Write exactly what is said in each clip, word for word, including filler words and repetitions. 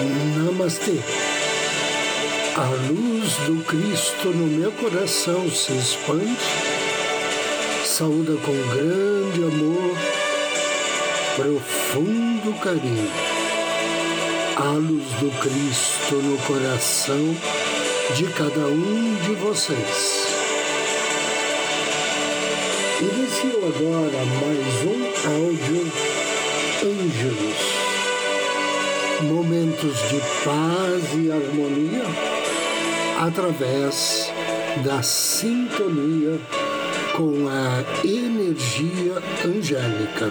Namastê. A luz do Cristo no meu coração se expande, saúda com grande amor, profundo carinho. A luz do Cristo no coração de cada um de vocês. Inicio agora mais um áudio Ângelos. Momentos de paz e harmonia através da sintonia com a energia angélica.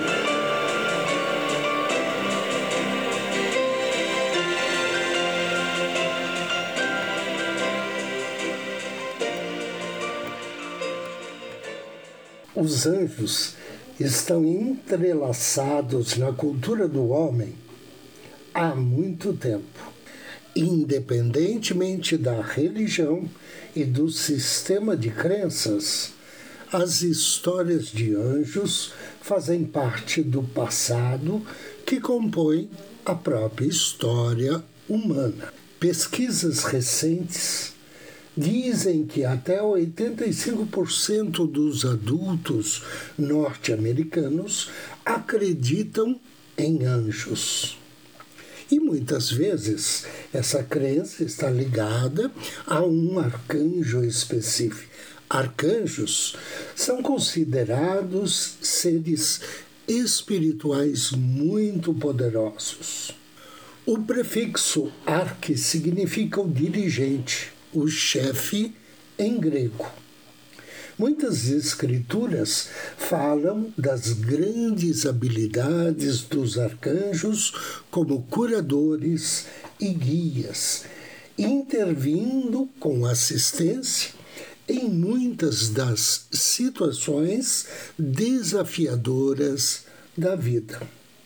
Os anjos estão entrelaçados na cultura do homem há muito tempo, independentemente da religião e do sistema de crenças. As histórias de anjos fazem parte do passado que compõe a própria história humana. Pesquisas recentes dizem que até oitenta e cinco por cento dos adultos norte-americanos acreditam em anjos. E muitas vezes essa crença está ligada a um arcanjo específico. Arcanjos são considerados seres espirituais muito poderosos. O prefixo arque significa o dirigente, o chefe em grego. Muitas escrituras falam das grandes habilidades dos arcanjos como curadores e guias, intervindo com assistência em muitas das situações desafiadoras da vida.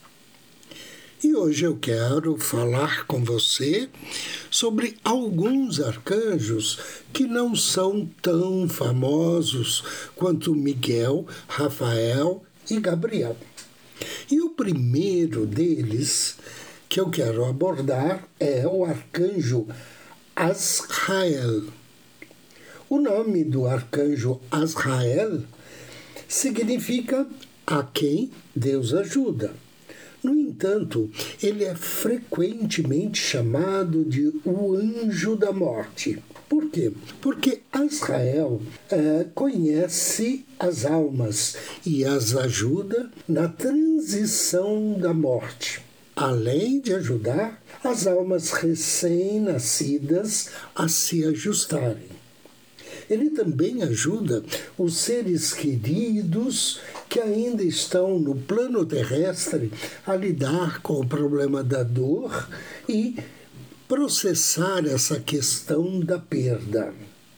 E hoje eu quero falar com você sobre alguns arcanjos que não são tão famosos quanto Miguel, Rafael e Gabriel. E o primeiro deles que eu quero abordar é o arcanjo Azrael. O nome do arcanjo Azrael significa a quem Deus ajuda. No entanto, ele é frequentemente chamado de o anjo da morte. Por quê? Porque Azrael é, conhece as almas e as ajuda na transição da morte, além de ajudar as almas recém-nascidas a se ajustarem. Ele também ajuda os seres queridos que ainda estão no plano terrestre a lidar com o problema da dor e processar essa questão da perda.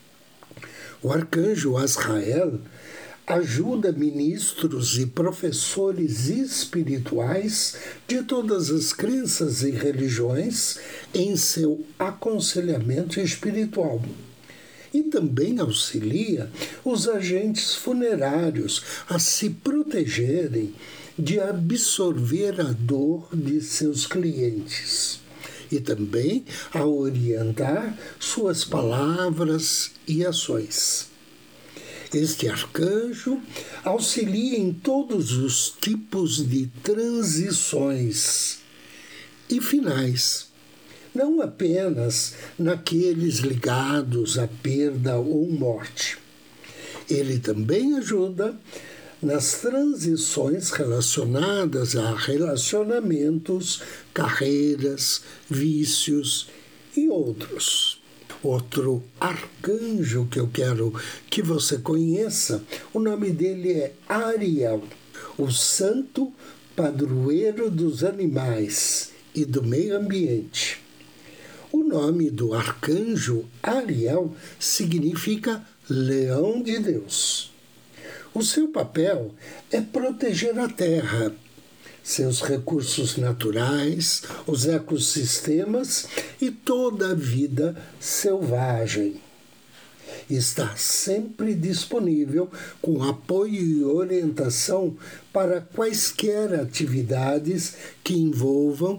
O arcanjo Azrael ajuda ministros e professores espirituais de todas as crenças e religiões em seu aconselhamento espiritual. E também auxilia os agentes funerários a se protegerem de absorver a dor de seus clientes. E também a orientar suas palavras e ações. Este arcanjo auxilia em todos os tipos de transições e finais. Não apenas naqueles ligados à perda ou morte. Ele também ajuda nas transições relacionadas a relacionamentos, carreiras, vícios e outros. Outro arcanjo que eu quero que você conheça, o nome dele é Ariel, o santo padroeiro dos animais e do meio ambiente. O nome do arcanjo Ariel significa leão de Deus. O seu papel é proteger a terra, seus recursos naturais, os ecossistemas e toda a vida selvagem. Está sempre disponível com apoio e orientação para quaisquer atividades que envolvam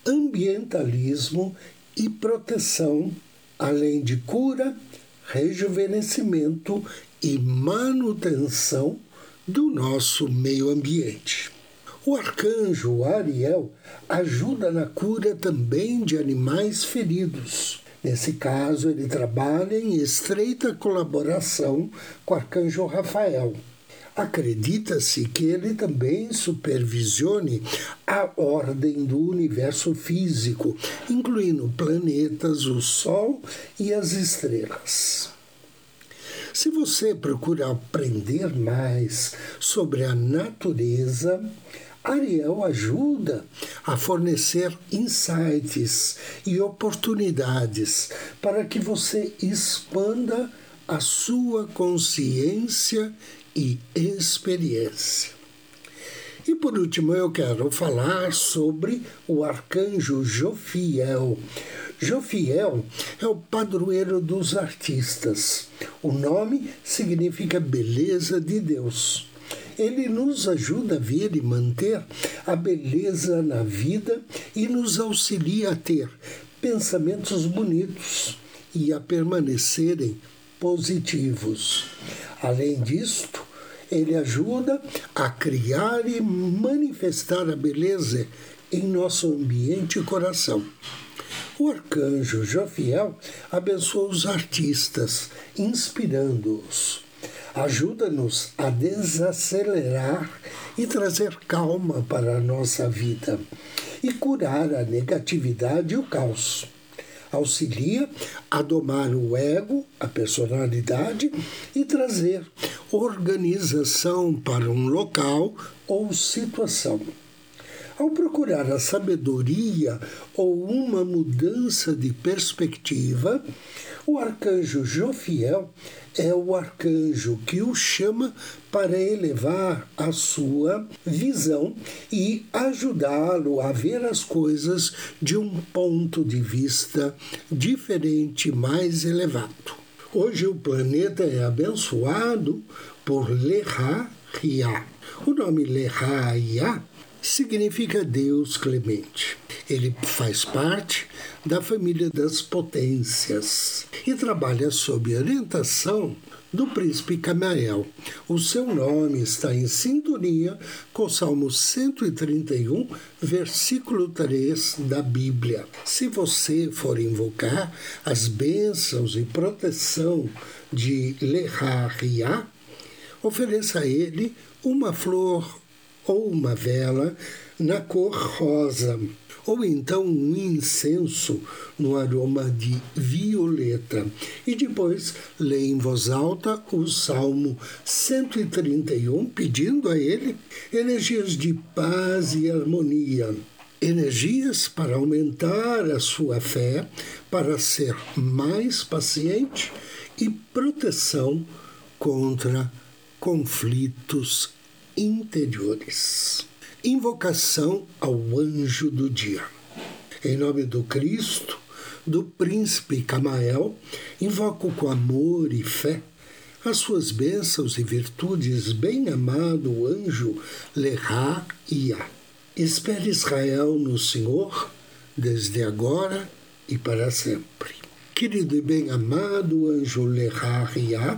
ambientalismo e proteção, além de cura, rejuvenescimento e manutenção do nosso meio ambiente. O arcanjo Ariel ajuda na cura também de animais feridos. Nesse caso, ele trabalha em estreita colaboração com o arcanjo Rafael. Acredita-se que ele também supervisione a ordem do universo físico, incluindo planetas, o Sol e as estrelas. Se você procura aprender mais sobre a natureza, Ariel ajuda a fornecer insights e oportunidades para que você expanda a sua consciência e experiência. E por último, eu quero falar sobre o arcanjo Jofiel. Jofiel é o padroeiro dos artistas. O nome significa beleza de Deus. Ele nos ajuda a ver e manter a beleza na vida e nos auxilia a ter pensamentos bonitos e a permanecerem positivos. Além disto, ele ajuda a criar e manifestar a beleza em nosso ambiente e coração. O arcanjo Jofiel abençoa os artistas, inspirando-os. Ajuda-nos a desacelerar e trazer calma para a nossa vida e curar a negatividade e o caos. Auxilia a domar o ego, a personalidade e trazer organização para um local ou situação. Ao procurar a sabedoria ou uma mudança de perspectiva, o arcanjo Jofiel é o arcanjo que o chama para elevar a sua visão e ajudá-lo a ver as coisas de um ponto de vista diferente, mais elevado. Hoje o planeta é abençoado por Lerá-Ria. O nome Lerá-Ria significa Deus clemente. Ele faz parte da família das potências e trabalha sob orientação do príncipe Camael. O seu nome está em sintonia com o Salmo cento e trinta e um, versículo três da Bíblia. Se você for invocar as bênçãos e proteção de Lerá-Ria, ofereça a ele uma flor ou uma vela na cor rosa, ou então um incenso no aroma de violeta. E depois leia em voz alta o Salmo cento e trinta e um, pedindo a ele energias de paz e harmonia. Energias para aumentar a sua fé, para ser mais paciente e proteção contra conflitos interiores. Invocação ao anjo do dia. Em nome do Cristo, do príncipe Camael, invoco com amor e fé as suas bênçãos e virtudes, bem-amado anjo Lerá-Ria. Espere Israel no Senhor, desde agora e para sempre. Querido e bem-amado anjo Lerá-Ria,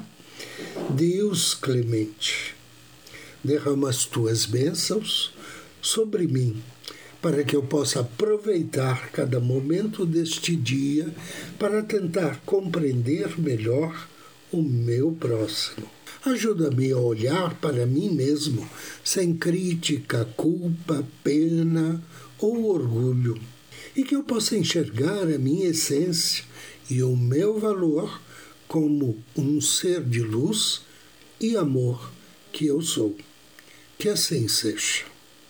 Deus clemente, derrama as tuas bênçãos sobre mim, para que eu possa aproveitar cada momento deste dia para tentar compreender melhor o meu próximo. Ajuda-me a olhar para mim mesmo, sem crítica, culpa, pena ou orgulho, e que eu possa enxergar a minha essência e o meu valor como um ser de luz e amor que eu sou. Que assim seja.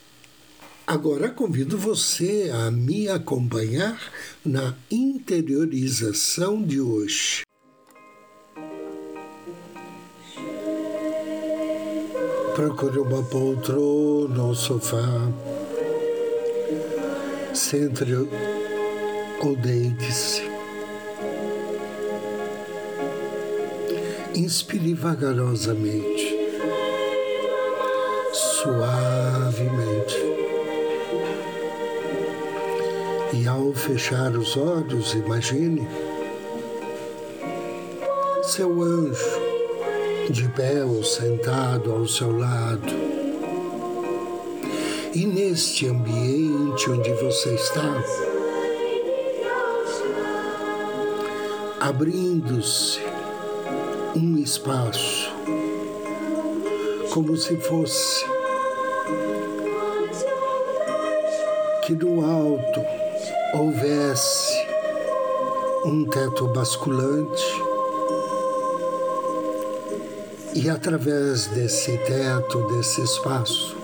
Agora convido você a me acompanhar na interiorização de hoje. Procure uma poltrona ou sofá. Sente ou deite-se. Inspire vagarosamente, suavemente. Ao fechar os olhos, imagine seu anjo de pé ou sentado ao seu lado. E neste ambiente onde você está, abrindo-se um espaço, como se fosse que no alto houvesse um teto basculante e através desse teto, desse espaço,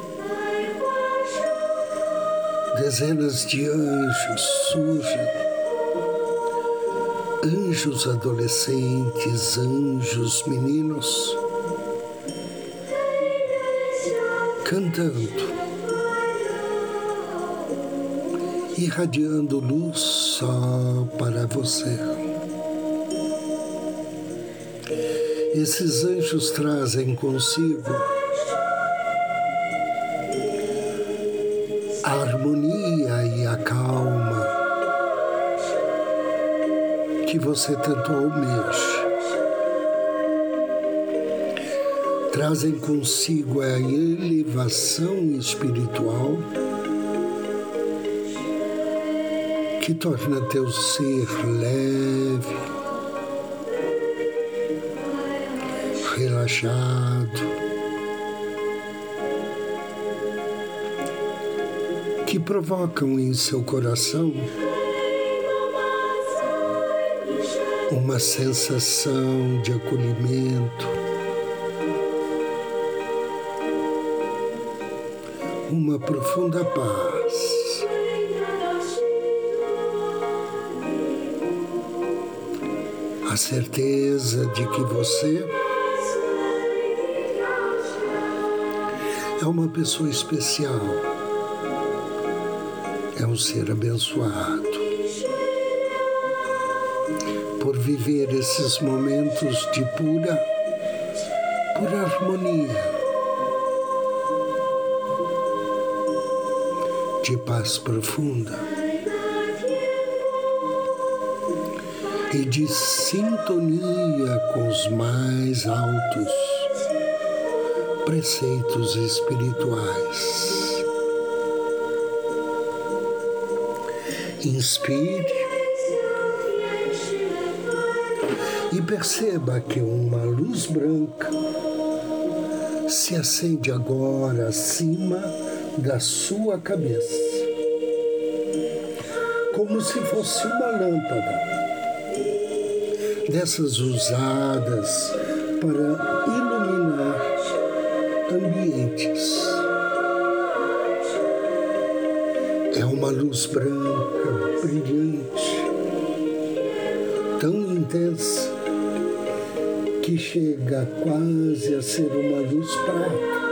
dezenas de anjos surgem, anjos adolescentes, anjos meninos, cantando, irradiando luz só para você. Esses anjos trazem consigo a harmonia e a calma que você tanto almeja. Trazem consigo a elevação espiritual que torna teu ser leve, relaxado, que provocam em seu coração uma sensação de acolhimento, uma profunda paz. A certeza de que você é uma pessoa especial, é um ser abençoado por viver esses momentos de pura, pura harmonia, de paz profunda e de sintonia com os mais altos preceitos espirituais. Inspire e perceba que uma luz branca se acende agora acima da sua cabeça, como se fosse uma lâmpada dessas usadas para iluminar ambientes. É uma luz branca, brilhante, tão intensa que chega quase a ser uma luz prata.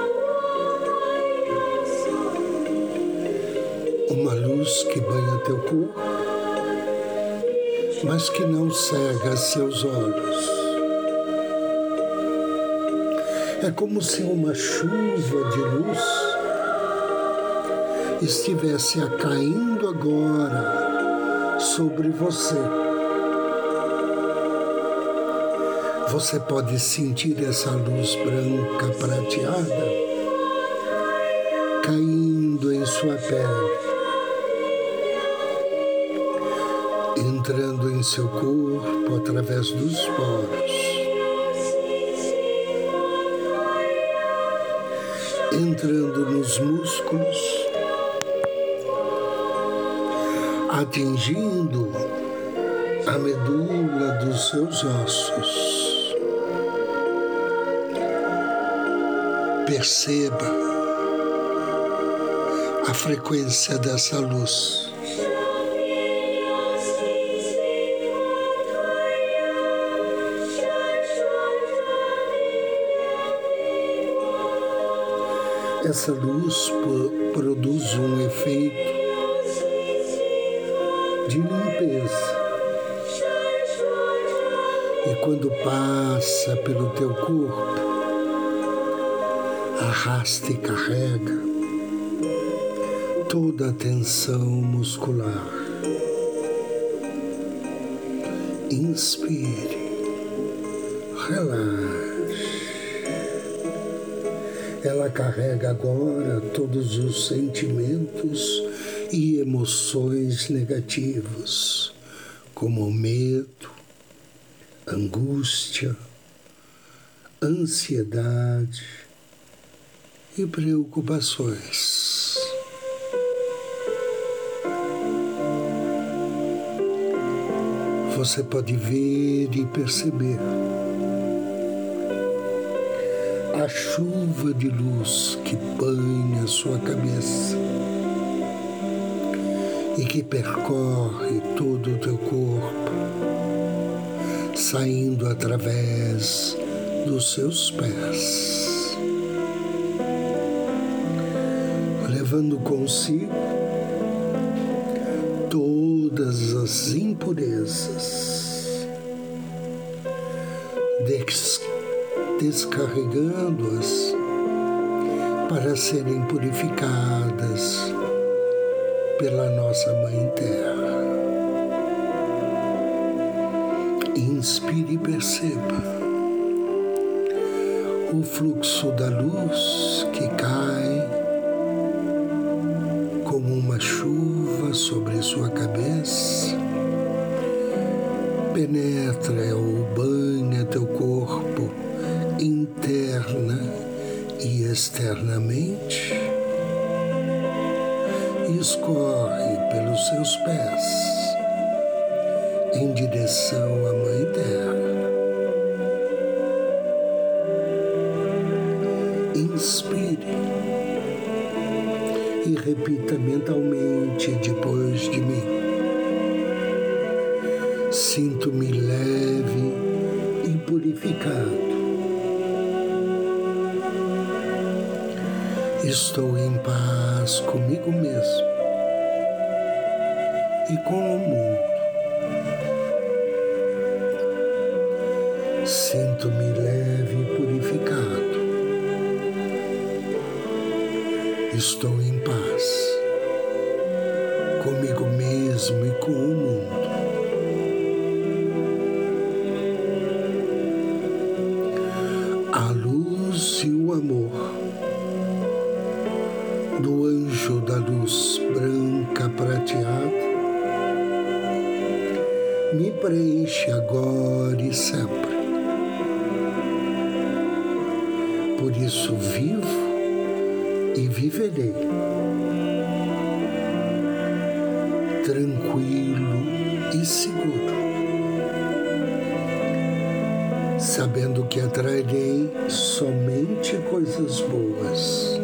Uma luz que banha teu corpo, mas que não cega seus olhos. É como se uma chuva de luz estivesse caindo agora sobre você. Você pode sentir essa luz branca prateada caindo em sua pele, entrando em seu corpo através dos poros, entrando nos músculos, atingindo a medula dos seus ossos. Perceba a frequência dessa luz. Essa luz produz um efeito de limpeza. E quando passa pelo teu corpo, arrasta e carrega toda a tensão muscular. Inspire, relaxe. Ela carrega agora todos os sentimentos e emoções negativos, como o medo, angústia, ansiedade e preocupações. Você pode ver e perceber a chuva de luz que banha sua cabeça e que percorre todo o teu corpo, saindo através dos seus pés, levando consigo todas as impurezas, des- descarregando-as para serem purificadas pela nossa Mãe Terra. Inspire e perceba o fluxo da luz que cai como uma chuva sobre sua cabeça, penetra ou banha teu corpo interna e externamente e escorre pelos seus pés em direção à Mãe Terra. Inspire e repita mentalmente depois de mim. Sinto-me leve e purificado. Estou em paz comigo mesmo e com o mundo. Sinto-me leve e purificado. Estou em paz comigo mesmo e com o mundo. A luz e o amor do anjo da luz branca prateada me preenche agora e sempre. Por isso vivo e viverei tranquilo e seguro, sabendo que atrairei somente coisas boas,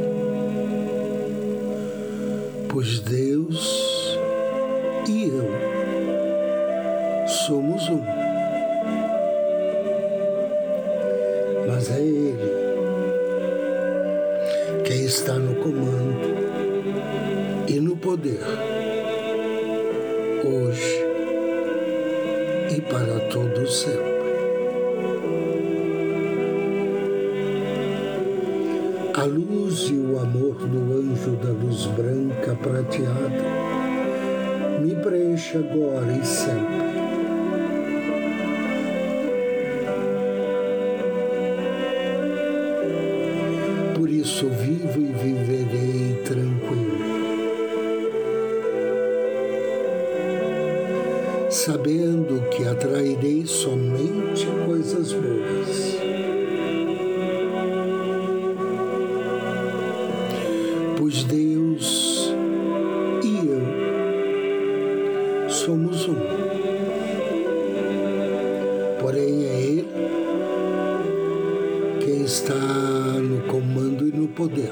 pois Deus e eu somos um, mas é Ele quem está no comando e no poder, hoje e para todo sempre. A luz e o amor do anjo da luz branca prateada me preenche agora e sempre. Por isso vivo e viverei tranquilo, sabendo que atrairei somente coisas boas, pois Deus e eu somos um. Porém é Ele quem está no comando e no poder,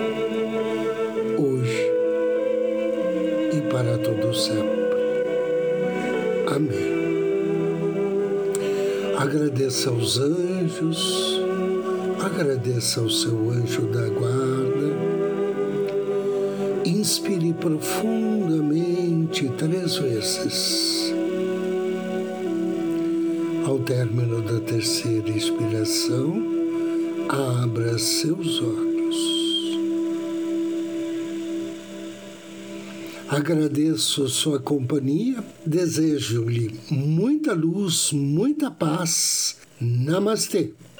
hoje e para todo sempre. Amém. Agradeça aos anjos, agradeça ao seu anjo da guarda. Inspire profundamente três vezes. Ao término da terceira expiração, abra seus olhos. Agradeço sua companhia, desejo-lhe muita luz, muita paz. Namastê.